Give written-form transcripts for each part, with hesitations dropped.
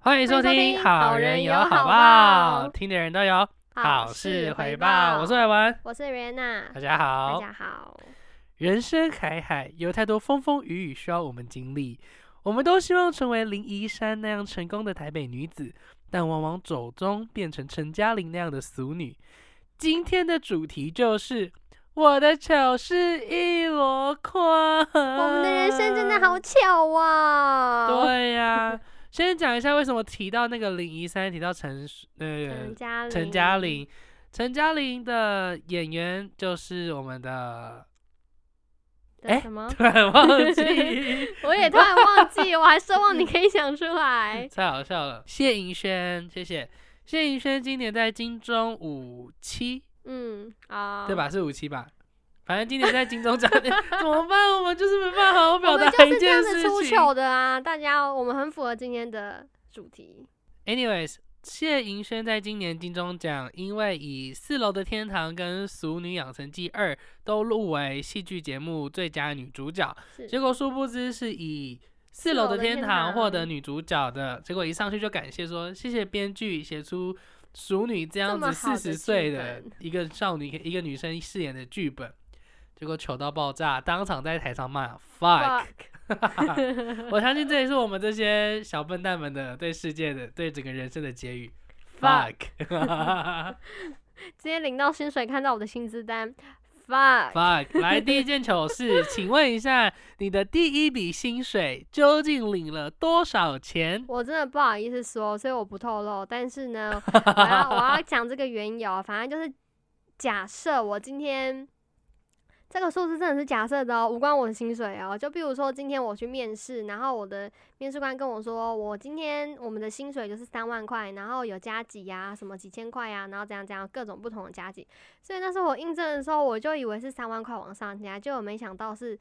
欢迎收听好人有好报，听的人都有好事回报。我是伟文， 我是瑞娜， 大家好。 大家好。 人生海海，有太多风风雨雨需要我们经历。我们都希望成为林怡珊那样成功的台北女子，但往往走中变成陈嘉玲那样的俗女。今天的主题就是我的糗事一箩筐。 我们的人生真的好巧啊！ 对呀、先讲一下为什么提到那个林怡珊，提到陈嘉玲。陈嘉玲的演员就是我们的什么？ 突然忘记， 我也突然忘记，我还奢望你可以想出来。 太好笑了。谢盈萱，谢谢。谢盈萱今年在金钟57，对吧？是57吧？反正今年在金钟奖，怎么办？我们就是没办法好好表达一件事情。我们就是这样子出糗的啊！大家，我们很符合今天的主题。 Anyways， 谢盈萱在今年金钟奖，因为以《4楼的天堂》跟《俗女养成记2》都入围戏剧节目最佳女主角，结果殊不知是以4楼的天堂获得女主角的，结果一上去就感谢说谢谢编剧写出淑女这样子40岁的一个少女一个女生饰演的剧本，结果糗到爆炸，当场在台上骂 fuck。我相信这也是我们这些小笨蛋们的对世界的对整个人生的结语 fuck。 今天领到薪水，看到我的薪资单fuck。 来，第一件糗事，请问一下你的第一笔薪水究竟领了多少钱？ 我真的不好意思说，所以我不透露，但是呢我要讲这个缘由，反正就是假设我今天这个数字真的是假设的哦，无关我的薪水哦。就比如说今天我去面试，然后我的面试官跟我说，我们的薪水就是3万块，然后有加几啊，什么几千块啊，然后怎样各种不同的加几。所以那时候我应征的时候，我就以为是3万块往上加，结果没想到是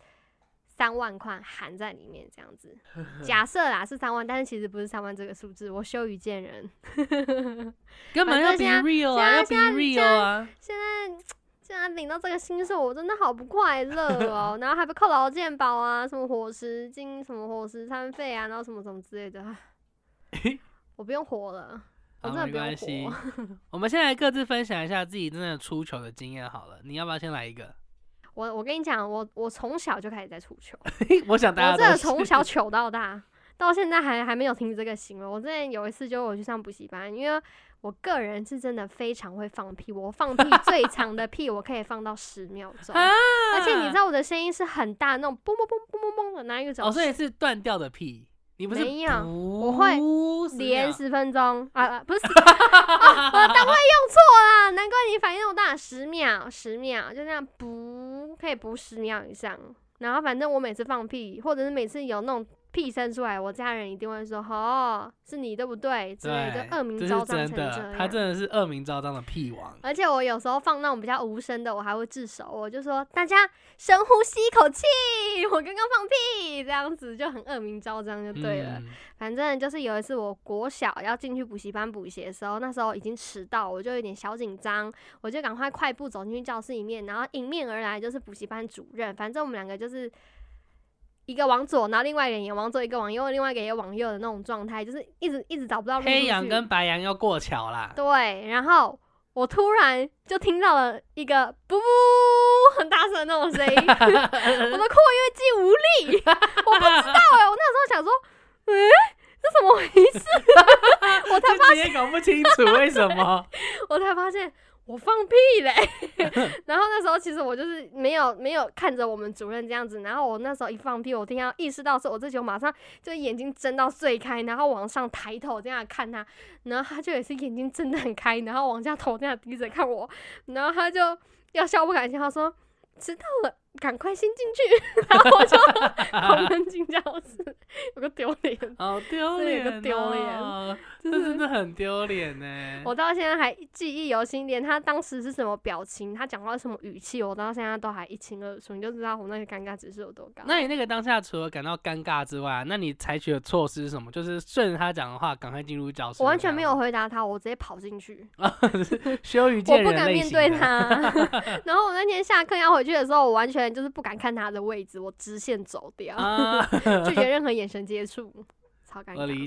3万块含在里面这样子。假设啦是3万，但是其实不是3万这个数字，我羞于见人。 根本要 be real 啊，要 be real 啊！ 现在领到这个薪水，我真的好不快乐哦。然后还被扣劳健保啊，什么伙食金、什么伙食餐费啊，然后什么什么之类的。我不用活了，我真的不用活。 我们现在各自分享一下自己真的出糗的经验好了。你要不要先来一个？ 我跟你讲，我从小就开始在出糗。 我想大家都是。 我真的从小糗到大，到现在还没有停这个行为。我之前有一次就我去上补习班，因为我个人是真的非常会放屁，我放屁最长的屁我可以放到10秒钟，而且你知道我的声音是很大那种嘣嘣嘣嘣嘣嘣的那一种。 所以是断掉的屁，你不是？ 没有，我会连10分钟啊，不是我的单位用错啦，难怪你反应那么大，10秒就这样补，可以补10秒以上。然后反正我每次放屁，或者是每次有那种屁声出来，我家人一定会说：“哦，是你对不对？”之类的，恶名昭彰成这样。 他真的是恶名昭彰的屁王。 而且我有时候放那种比较无声的，我还会自首，我就说大家深呼吸一口气，我刚刚放屁，这样子就很恶名昭彰就对了。反正就是有一次我国小要进去补习班补习的时候，那时候已经迟到，我就有点小紧张，我就赶快快步走进去教室里面，然后迎面而来就是补习班主任，反正我们两个就是一个往左，然后另外一个也往左，一个往右，另外一个也往右的那种状态，就是一直找不到路出去。 黑羊跟白羊要过桥啦。 对，然后我突然就听到了一个噗噗很大声的那种声音，我的括约肌无力，我不知道我那时候想说，这怎么回事？我才发现也搞不清楚为什么， 我才发现我放屁嘞。然后那时候其实我就是没有看着我们主任这样子，然后我那时候一放屁，我听到意识到是我自己，我马上就眼睛睁到最开，然后往上抬头这样看他，然后他就也是眼睛睁得很开，然后往下头这样低着看我，然后他就要笑不敢笑，他说知道了，赶快先进去。然后我就狂奔进教室，有个丢脸， 好丢脸， 有个丢脸， 这真的很丢脸呢。 我到现在还记忆犹新，连他当时是什么表情，他讲话什么语气，我到现在都还一清二楚，你就知道我那个尴尬指数有多高。 那你那个当下除了感到尴尬之外，那你采取的措施是什么？就是顺着他讲的话，赶快进入教室。 我完全没有回答他，我直接跑进去， 羞于见人， 我不敢面对他。然后我那天下课要回去的时候，我完全就是不敢看他的位置，我直线走掉，拒绝任何眼神接触，超尴尬。 我理解。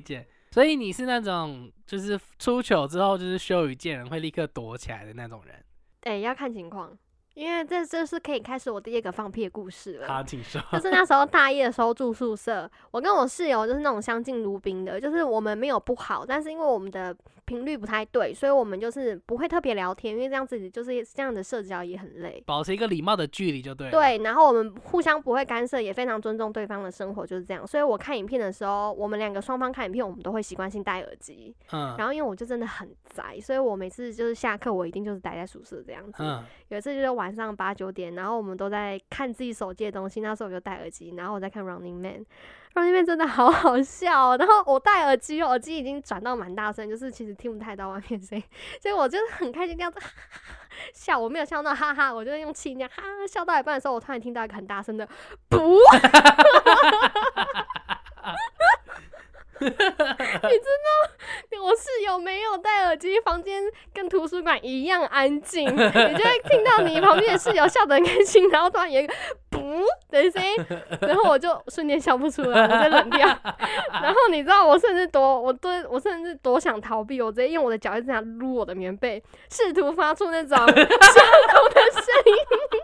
所以你是那种就是出糗之后就是羞于见人会立刻躲起来的那种人？ 要看情况。因为这就是可以开始我第二个放屁的故事了。 好，请说。 就是那时候大一的时候住宿舍，我跟我室友就是那种相敬如宾的，就是我们没有不好，但是因为我们的频率不太对，所以我们就是不会特别聊天，因为这样子就是这样的社交也很累， 保持一个礼貌的距离就对了。 对，然后我们互相不会干涉，也非常尊重对方的生活，就是这样。所以我看影片的时候，我们两个双方看影片，我们都会习惯性戴耳机。然后因为我就真的很宅，所以我每次就是下课，我一定就是待在宿舍这样子。有一次就是晚上8、9点，然后我们都在看自己手机的东西，那时候我就戴耳机，然后我在看 Running Man。Running Man 真的好好笑然后我戴耳机，耳机已经转到蛮大声，就是其实听不太到外面声音，所以我就是很开心这样子笑，我没有笑到哈哈，我就用气那样哈笑到一半的时候，我突然听到一个很大声的不你知道我室友没有戴耳机，房间跟图书馆一样安静，你就会听到你旁边的室友笑得很开心，然后突然有一个不的声音，然后我就瞬间笑不出来，我在冷掉。然后你知道我甚至多想逃避，我直接用我的脚一直在撸我的棉被，试图发出那种相同的声音。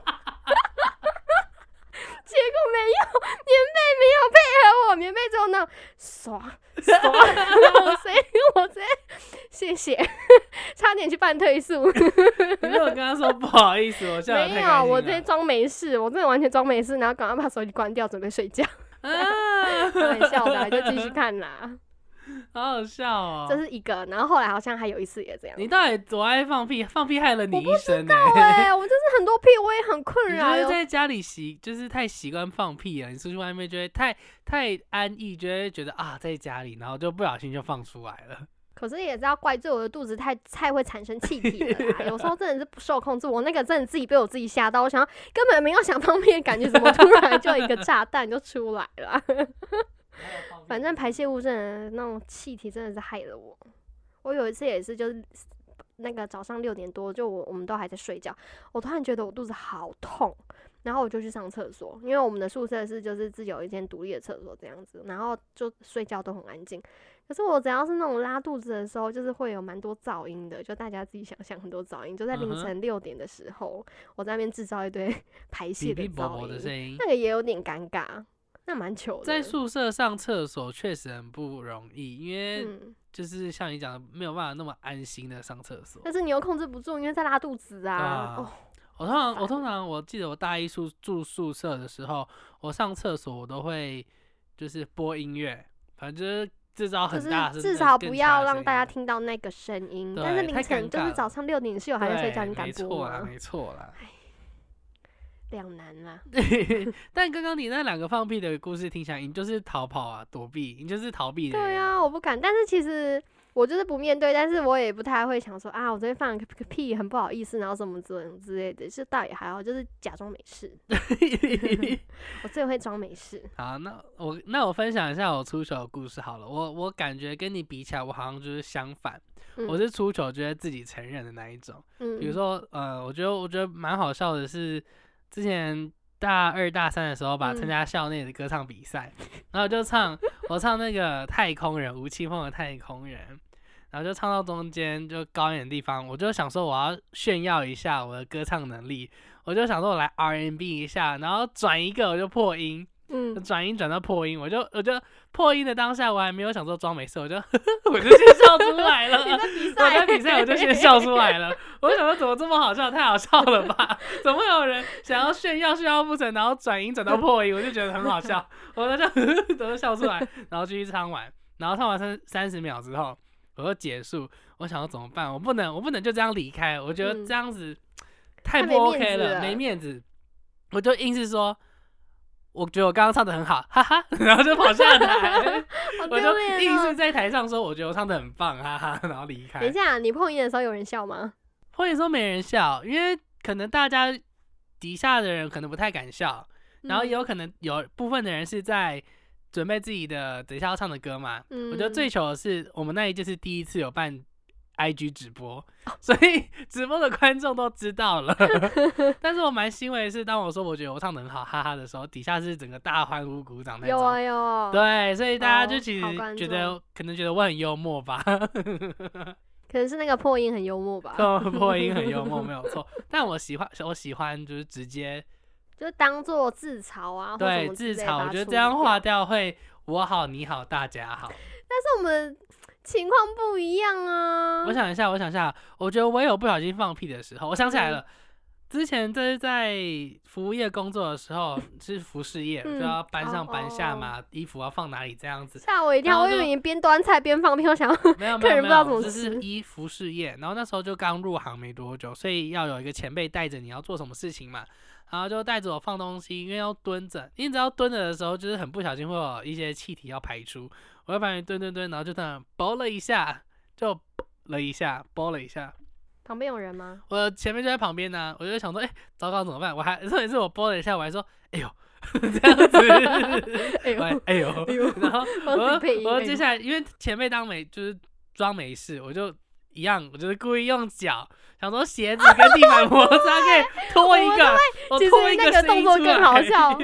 结果没有，棉被没有配合我，棉被只有那种刷所以我直接谢谢，差点去办退宿。 你没有跟他说不好意思，我笑得太开心了。 没有，我直接装没事，我真的完全装没事，然后赶快把手机关掉，准备睡觉。开玩笑的，就继续看啦。 好好笑哦！ 这是一个，然后后来好像还有一次也这样。 你到底多爱放屁？放屁害了你一生我就是很多屁，我也很困扰。 你就是在家里就是太习惯放屁了，你出去外面就会太安逸，就会觉得啊在家里，然后就不小心就放出来了。 可是也是要怪罪我的肚子太会产生气体了啦，有时候真的是不受控制。我那个真的自己被我自己吓到，我想根本没有想放屁的感觉，怎么突然就一个炸弹就出来了？反正排泄物真的那种气体真的是害了我。我有一次也是，就是那个早上6点多，就我们都还在睡觉，我突然觉得我肚子好痛，然后我就去上厕所，因为我们的宿舍是就是自己有一间独立的厕所这样子，然后就睡觉都很安静。可是我只要是那种拉肚子的时候，就是会有蛮多噪音的，就大家自己想象很多噪音，就在凌晨6点的时候，我在那边制造一堆排泄的噪音，那个也有点尴尬。那蛮糗的。 在宿舍上厕所确实很不容易，因为就是像你讲的，没有办法那么安心的上厕所。 但是你又控制不住，因为在拉肚子啊。 我通常我记得我大一住宿舍的时候，我上厕所我都会就是播音乐，反正就是制造很大声， 至少不要让大家听到那个声音。但是凌晨就是早上6点，你室友还在睡觉，你敢播吗？ 没错啦。 两难啦。 但刚刚你那2个放屁的故事听起来，你就是逃跑啊，躲避，你就是逃避的人。 对啊，我不敢。但是其实我就是不面对，但是我也不太会想说啊，我昨天放个屁很不好意思，然后什么之类的，就倒也还好，就是假装没事。我最会装没事。 好，那我分享一下我出糗的故事好了。我感觉跟你比起来，我好像就是相反。我是出糗觉得自己承认的那一种。比如说我觉得蛮好笑的是。之前大2、大3的时候吧，参加校内的歌唱比赛，然后我唱那个太空人，吴青峰的太空人，然后就唱到中间就高一点的地方，我就想说我要炫耀一下我的歌唱能力，我就想说我来 R&B 一下，然后转一个我就破音。转音转到破音，我就破音的当下，我还没有想说装没事，我就先笑出来了。我在比赛我就先笑出来了。我就想说怎么这么好笑，太好笑了吧？怎么会有人想要炫耀不成，然后转音转到破音，我就觉得很好笑，我就笑出来，然后继续唱完，然后唱完30秒之后，我就结束。我想说怎么办？我不能就这样离开，我觉得这样子太不 OK 了，没面子。我就硬是说。我觉得我刚刚唱得很好，哈哈，然后就跑下台，我就硬是在台上说，我觉得我唱得很棒，哈哈，然后离开。 等一下，你破音的时候有人笑吗？ 破音的时候没人笑，因为可能大家底下的人可能不太敢笑，然后也有可能有部分的人是在准备自己的等一下要唱的歌嘛。我觉得最糗的是我们那一届是第一次有办 IG 直播，所以直播的观众都知道了。但是我蛮欣慰的是，当我说我觉得我唱得很好，哈哈的时候，底下是整个大欢呼鼓掌那种。 有啊有啊。 对，所以大家就其实觉得，可能觉得我很幽默吧。 可能是那个破音很幽默吧。 破音很幽默没有错，但我喜欢就是直接就当做自嘲啊， 对，自嘲，我觉得这样划掉会我好你好大家好。 但是我们情况不一样啊。 我想一下，我觉得我有不小心放屁的时候，我想起来了。之前在服务业工作的时候，是服饰业，就要搬上搬下嘛，衣服要放哪里这样子。 吓我一跳，我以为你边端菜边放屁，我想没有， 客人不知道怎么吃。 这是服饰业，然后那时候就刚入行没多久，所以要有一个前辈带着你要做什么事情嘛，然后就带着我放东西，因为要蹲着，因为只要蹲着的时候，就是很不小心会有一些气体要排出，我就发现蹲，然后就这样啵了一下，就了一下，啵了一下。 旁边有人吗？ 我前面就在旁边呢，我就想说，糟糕怎么办？重点是我啵了一下，我还说，哎呦，这样子，哎呦，然后我接下来，因为前辈就是装没事，我就一样，我就是故意用脚，想说鞋子跟地板摩擦可以拖一个，我拖一个声音出来。其实那个动作更好笑，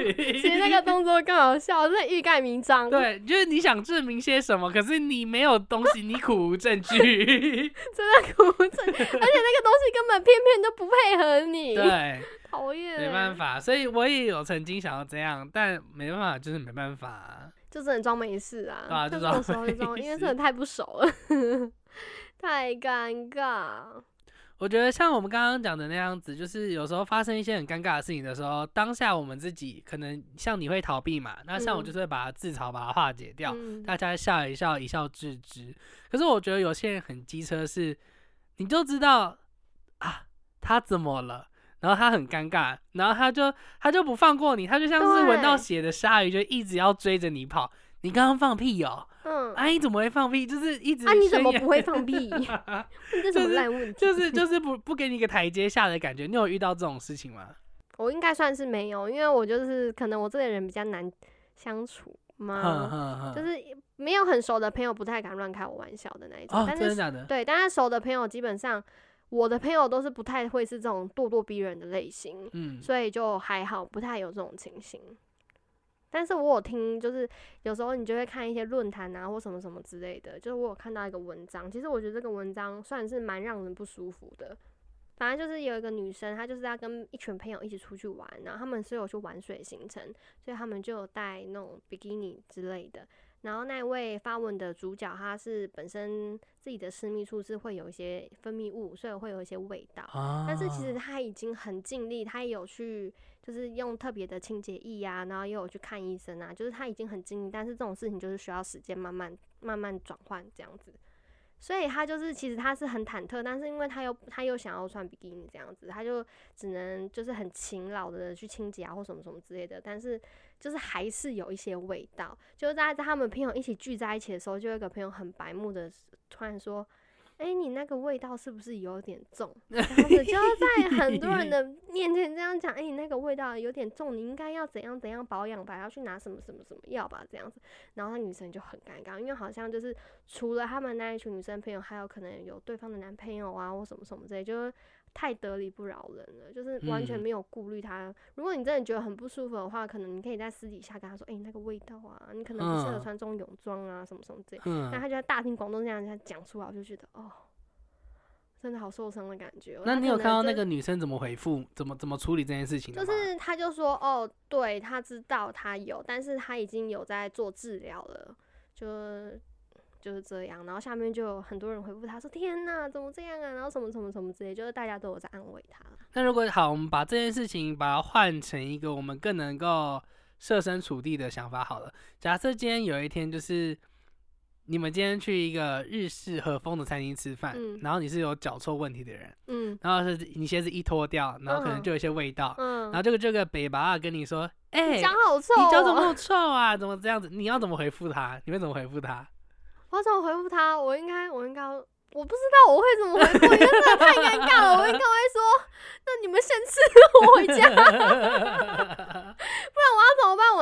是欲盖弥彰。对，就是你想证明些什么，可是你没有东西，你苦无证据， 真的苦无证据，而且那个东西根本偏偏都不配合你。 对， 讨厌。 没办法，所以我也有曾经想要这样，但没办法，就是没办法， 就只能装没事啊。 对啊，就这种时候就装，因为真的太不熟了。太尴尬。 我觉得像我们刚刚讲的那样子，就是有时候发生一些很尴尬的事情的时候，当下我们自己可能像你会逃避嘛，那像我就是会把它自嘲，把它化解掉，大家笑一笑，一笑置之。可是我觉得有些人很机车是，你就知道啊，他怎么了，然后他很尴尬，然后他就不放过你，他就像是闻到血的鲨鱼，就一直要追着你跑。你刚刚放屁哦。你怎么会放屁？就是一直你怎么不会放屁？这什么烂问题？ 就是不给你一个台阶下的感觉。你有遇到这种事情吗？ 我应该算是没有，因为我就是可能我这个人比较难相处嘛，就是没有很熟的朋友不太敢乱开我玩笑的那一种。但是真的假的？ 对，但是熟的朋友基本上我的朋友都是不太会是这种咄咄逼人的类型，所以就还好，不太有这种情形。但是我有听，就是有时候你就会看一些论坛啊，或什么什么之类的，就是我有看到一个文章，其实我觉得这个文章算是蛮让人不舒服的。反正就是有一个女生，她就是要跟一群朋友一起出去玩，然后他们是有去玩水行程，所以他们就有带那种比基尼之类的。然后那一位发文的主角，他是本身自己的私密处是会有一些分泌物，所以会有一些味道。但是其实他已经很尽力，他也有去就是用特别的清洁液啊，然后也有去看医生啊，就是他已经很尽力，但是这种事情就是需要时间慢慢转换这样子。所以他就是其实他是很忐忑，但是因为他又想要穿比基尼这样子，他就只能就是很勤劳的去清洁啊或什么什么之类的，但是就是还是有一些味道。就是在他们朋友一起聚在一起的时候，就有一个朋友很白目的突然说，你那个味道是不是有点重？这样子就在很多人的面前这样讲，你那个味道有点重，你应该要怎样怎样保养吧，要去拿什么什么什么药吧，这样子。然后那女生就很尴尬，因为好像就是除了他们那一群女生朋友，还有可能有对方的男朋友啊或什么什么之类，就是太得理不饶人了，就是完全没有顾虑他。如果你真的觉得很不舒服的话，可能你可以在私底下跟他说，那个味道啊，你可能不适合穿这种泳装啊，什么什么之类。但他就在大庭广众这样讲出来，我就觉得真的好受伤的感觉。 那你有看到那个女生怎么回复，怎么处理这件事情的吗？ 就是他就说，对，他知道他有，但是他已经有在做治疗了，就是这样。然后下面就有很多人回复他说，天哪，怎么这样啊？然后什么什么什么之类，就是大家都有在安慰他。 那如果好，我们把这件事情把它换成一个我们更能够设身处地的想法好了。假设今天有一天就是你们今天去一个日式和风的餐厅吃饭，然后你是有脚臭问题的人，然后是你鞋子一脱掉，然后可能就有一些味道，然后这个北巴跟你说， 脚好臭， 你脚怎么那么臭啊？怎么这样子？你要怎么回复他？你会怎么回复他？ 我怎么回复他？我应该，我不知道我会怎么回复，因为真的太尴尬了。我应该会说，那你们先吃，我回家。不然我要怎么办？我难道说，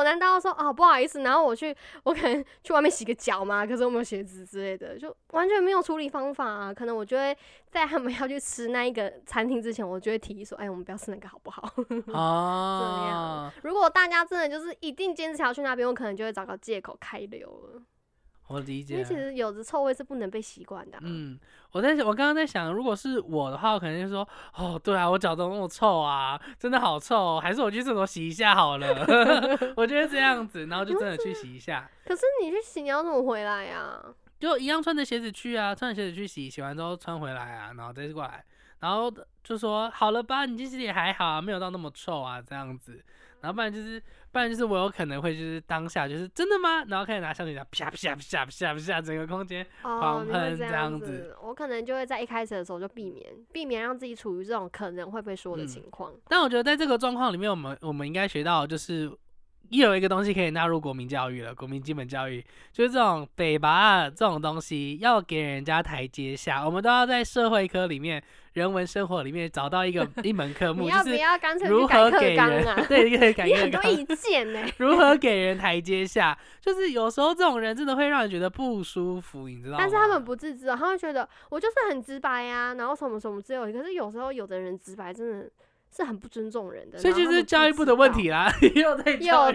说哦不好意思，然后我可能去外面洗个脚嘛，可是我没有鞋子之类的，就完全没有处理方法啊。可能我就会在他们要去吃那一个餐厅之前，我就会提议说，我们不要吃那个好不好？这样，如果大家真的就是一定坚持要去那边，我可能就会找个借口开溜了。 我理解， 因为其实有的臭味是不能被习惯的。 我刚刚在想，如果是我的话，我可能就说，哦，对啊，我脚都那么臭啊，真的好臭，还是我去厕所洗一下好了。我觉得这样子，然后就真的去洗一下。 可是你去洗，你要怎么回来啊？ 就一样穿着鞋子去啊，穿着鞋子去洗，洗完之后穿回来啊，然后再过来，然后就说好了吧，你其实也还好啊，没有到那么臭啊，这样子。然后不然就是我有可能会就是当下就是真的吗？然后开始拿香水啪啪啪啪啪整个空间狂喷这样子。 我可能就会在一开始的时候就避免让自己处于这种可能会被说的情况。 但我觉得在这个状况里面，我们应该学到就是又有一个东西可以纳入国民教育了，国民基本教育就是这种北拔这种东西要给人家台阶下，我们都要在社会科里面、人文生活里面找到一门科目，就是如何给人对改你很多意见呢， 如何给人台阶下，就是有时候这种人真的会让人觉得不舒服，你知道吗？ 但是他们不自知，他会觉得我就是很直白啊，然后什么什么之类的。可是有时候有的人直白真的是很不尊重人的， 所以就是教育部的问题啦。又在讲，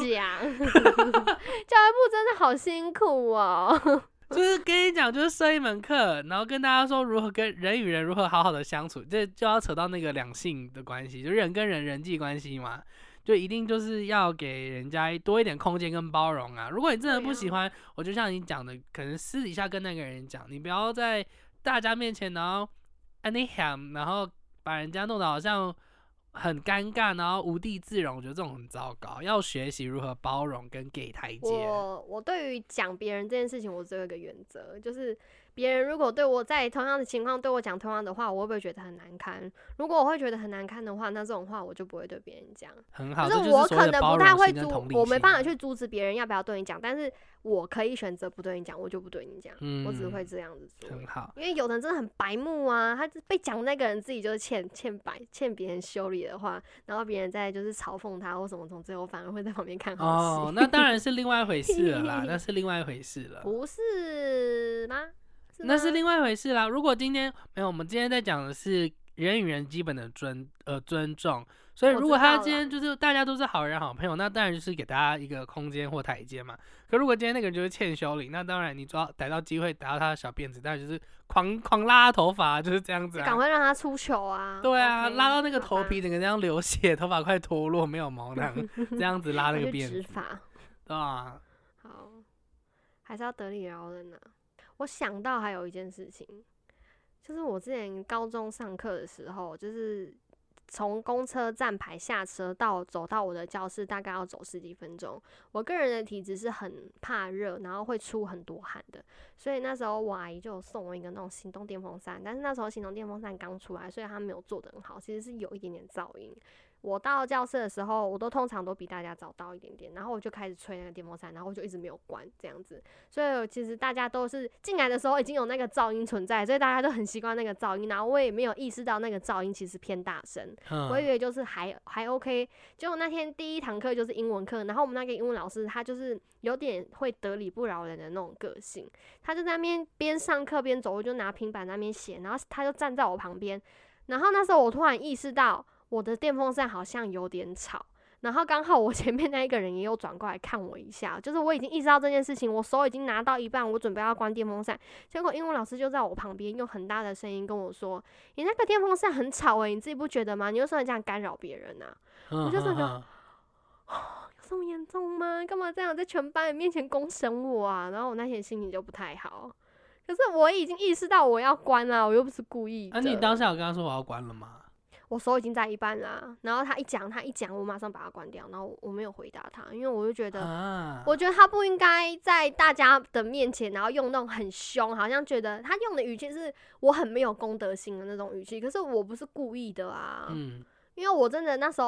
教育部真的好辛苦哦。 就是跟你讲，就是设一门课，然后跟大家说如何跟人与人如何好好的相处，这就要扯到那个两性的关系，就人跟人人际关系嘛，就一定就是要给人家多一点空间跟包容啊。如果你真的不喜欢，我就像你讲的，可能私底下跟那个人讲，你不要在大家面前，然后然后把人家弄得好像很尴尬，然后无地自容，我觉得这种很糟糕。要学习如何包容跟给台阶。 我对于讲别人这件事情，我只有一个原则，就是别人如果对我在同样的情况对我讲同样的话，我会不会觉得很难堪？如果我会觉得很难堪的话，那这种话我就不会对别人讲。 很好， 就是我可能不太会我没办法去阻止别人要不要对你讲，但是我可以选择不对你讲，我就不对你讲，我只会这样子做。 很好， 因为有的人真的很白目啊，他被讲那个人自己就是欠别人修理的话，然后别人再就是嘲讽他或什么什么之后，我反而会在旁边看好戏。 哦，那当然是另外一回事了啦，那是另外一回事了。 不是吗？ 那是另外一回事啦。如果今天没有，我们今天在讲的是人与人基本的尊重，所以如果他今天就是大家都是好人好朋友，那当然就是给大家一个空间或台阶嘛。可如果今天那个人就是欠修理，那当然你逮到机会逮到他的小辫子，当然就是狂拉头发，就是这样子啊， 赶快让他出糗啊！ 对啊，拉到那个头皮整个这样流血，头发快脱落没有毛那样，这样子拉那个辫子，对啊。 好，还是要得理饶人啊。我想到还有一件事情，就是我之前高中上课的时候，就是从公车站牌下车走到我的教室，大概要走10几分钟。我个人的体质是很怕热，然后会出很多汗的，所以那时候我阿姨就有送我一个那种行动电风扇，但是那时候行动电风扇刚出来，所以它没有做得很好，其实是有一点点噪音。我到教室的时候，我通常都比大家早到一点点，然后我就开始吹那个电风扇，然后我就一直没有关这样子。所以其实大家都是进来的时候已经有那个噪音存在，所以大家都很习惯那个噪音，然后我也没有意识到那个噪音其实偏大声，我以为就是还 OK。结果那天第一堂课就是英文课，然后我们那个英文老师他就是有点会得理不饶人的那种个性，他就在那边边上课边走，我就拿平板在那边写，然后他就站在我旁边，然后那时候我突然意识到我的电风扇好像有点吵，然后刚好我前面那一个人也有转过来看我一下，就是我已经意识到这件事情，我手已经拿到一半，我准备要关电风扇，结果英文老师就在我旁边用很大的声音跟我说：“你那个电风扇很吵你自己不觉得吗？你为什么这样干扰别人啊？”我就整个有这么严重吗？干嘛这样在全班人面前公审我啊？然后我那天心情就不太好。可是我已经意识到我要关了，我又不是故意的。 那你当下有跟他说我要关了吗？ 我手已经在一半啦，然后他一讲，我马上把它关掉，然后我没有回答他，因为我就觉得，我觉得他不应该在大家的面前，然后用那种很凶，好像觉得他用的语气是我很没有公德心的那种语气，可是我不是故意的啊，因为我真的那时候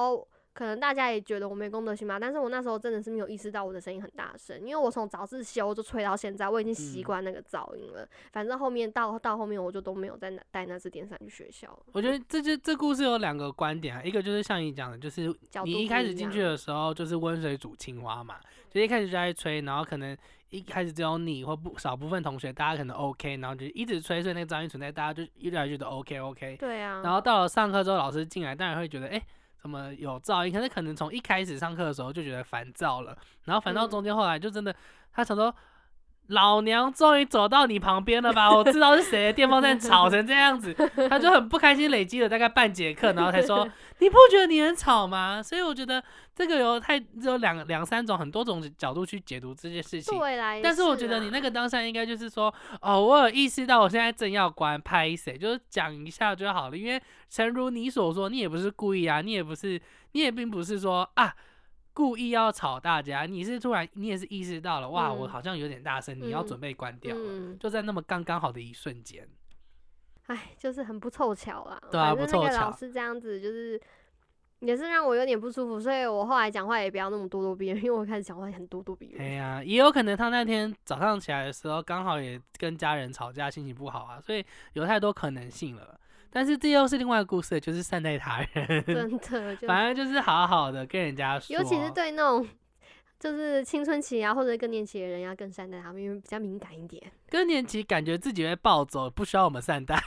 可能大家也觉得我没公德心吧，但是我那时候真的是没有意识到我的声音很大声，因为我从早自修就吹到现在，我已经习惯那个噪音了。反正后面到后面我就都没有再带那支电扇去学校了。 我觉得这故事有2个观点啊，一个就是像你讲的，就是你一开始进去的时候就是温水煮青蛙嘛，就一开始就在吹，然后可能一开始只有你或少部分同学，大家可能 OK， 然后就一直吹，所以那个噪音存在，大家就越来越觉得 OK。 对啊。 然后到了上课之后，老师进来，当然会觉得怎么有噪音？可能从一开始上课的时候就觉得烦躁了，然后烦到中间，后来就真的他想说，老娘终于走到你旁边了吧？我知道是谁的电风扇吵成这样子，他就很不开心，累积了大概半节课，然后才说你不觉得你很吵吗？所以我觉得这个有两三种很多种角度去解读这件事情。 对啦， 但是我觉得你那个当下应该就是说，我有意识到我现在正要关拍谁，就是讲一下就好了。因为诚如你所说，你也不是故意啊，你也并不是说故意要吵大家，你也是意识到了，哇，我好像有点大声，你要准备关掉了，就在那么刚刚好的一瞬间。 就是很不凑巧啦。 对啊， 反正那个老师这样子就是也是让我有点不舒服，所以我后来讲话也不要那么咄咄逼人，因为我开始讲话很咄咄逼人。 也有可能他那天早上起来的时候刚好也跟家人吵架，心情不好啊，所以有太多可能性了。但是这又是另外一个故事，就是善待他人。 真的， 反正就是好好的跟人家说， 尤其是对那种就是青春期啊或者更年期的人要更善待他们，因为比较敏感一点。 更年期感觉自己会暴走，不需要我们善待。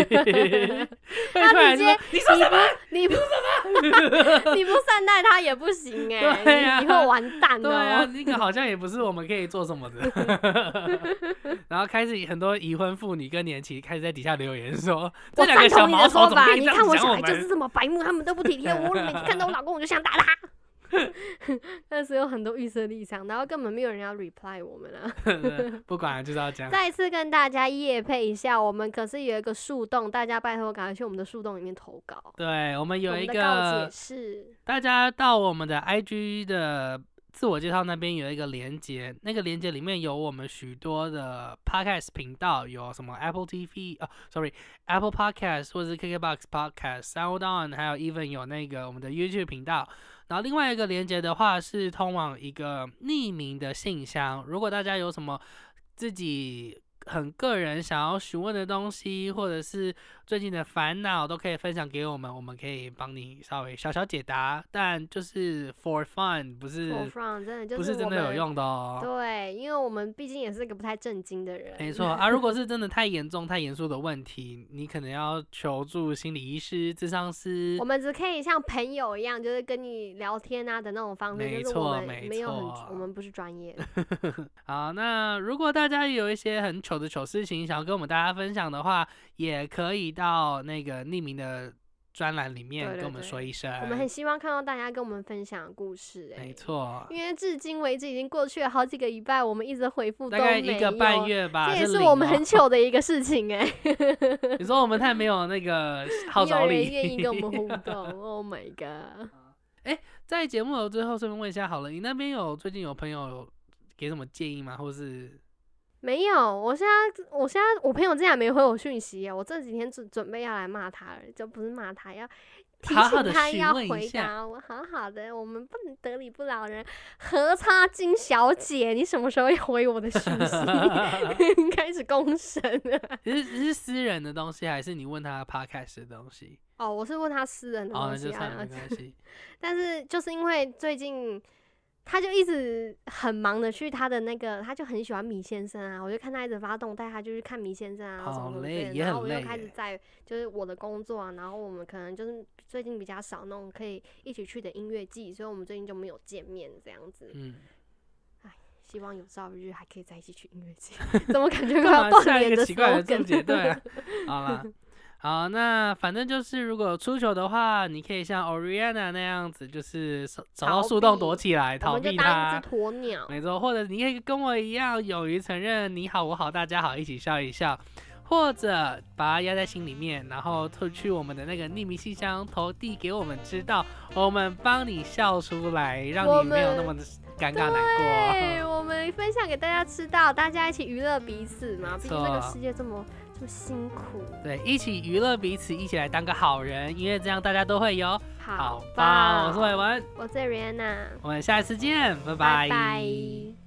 他直接你说什么？你不善待他也不行对啊， 你会完蛋对啊，那个好像也不是我们可以做什么的。然后开始很多已婚妇女更年期开始在底下留言说，这2个小毛头怎么可以这样讲我们？ 你看我小孩就是这么白目，他们都不体贴我，每次看到我老公我就想打他。但是有很多预设立场，然后根本没有人要 reply 我们啊。 不管了，就是要讲。 再一次跟大家业配一下，我们可是有一个树洞，大家拜托赶快去我们的树洞里面投稿。 对，我们有一个告解室， 大家到我们的 IG 的自我介绍那边有一个连结，那个连结里面有我们许多的 podcast 频道，有什么 Apple Podcast 或者是 KKBOX Podcast、SoundOn， 还有 even 有那个我们的 YouTube 频道。然后另外一个连结的话是通往一个匿名的信箱，如果大家有什么自己很个人想要询问的东西，或者是最近的烦恼，都可以分享给我们，我们可以帮你稍微小小解答，但就是 for fun， 不是 for fun， 真的就是不是真的有用的哦。 对，因为我们毕竟也是个不太正经的人。 没错啊，如果是真的太严重、太严肃的问题，你可能要求助心理医师、諮商师。 我们只可以像朋友一样，就是跟你聊天啊的那种方式。 没错， 没错，我们不是专业的。 好，那如果大家有一些很糗的糗事情想要跟我们大家分享的话，也可以到那个匿名的专栏里面跟我们说一声。 我们很希望看到大家跟我们分享故事。 没错， 因为至今为止已经过去了好几个礼拜，我们一直回复都没有， 大概1个半月吧， 这也是我们很糗的一个事情。 你说我们太没有那个号召力， 没有人愿意跟我们互动。Oh my god！ 在节目的最后顺便问一下好了，你那边最近有朋友有给什么建议吗？或是？ 没有，我现在我朋友竟然没回我讯息耶，我这几天准备要来骂他了，就不是骂他，要提醒他要回答我。好好的，我们不能得理不饶人。何差金小姐，你什么时候会回我的讯息？开始公审了。 是私人的东西，还是你问他 podcast 的东西？ 我是问他私人的东西那就算了，没关系。 但是就是因为最近。他就一直很忙的去他的那个，他就很喜欢米先生啊，我就看他一直发动态，他就去看米先生啊， 好累， 然后我就开始在就是我的工作啊，然后我们可能就是最近比较少那种可以一起去的音乐季，所以我们最近就没有见面这样子。希望有朝一日还可以在一起去音乐季。怎么感觉快要断联的奇怪的注解？对啊，好啦。好，那反正就是如果出糗的话，你可以像 Oriana 那样子，就是找到树洞躲起来逃避它。 我们就当一只鸵鸟。 没错，或者你可以跟我一样，勇于承认你好我好大家好，一起笑一笑，或者把它压在心里面，然后去我们的那个匿名信箱投递给我们知道，我们帮你笑出来，让你没有那么尴尬难过。 对，我们分享给大家知道，大家一起娱乐彼此嘛。毕竟这个世界这么这么辛苦。 对，一起娱乐彼此，一起来当个好人，因为这样大家都会有好棒。我是伟文， 我是 Rihanna， 我们下次见，拜拜拜。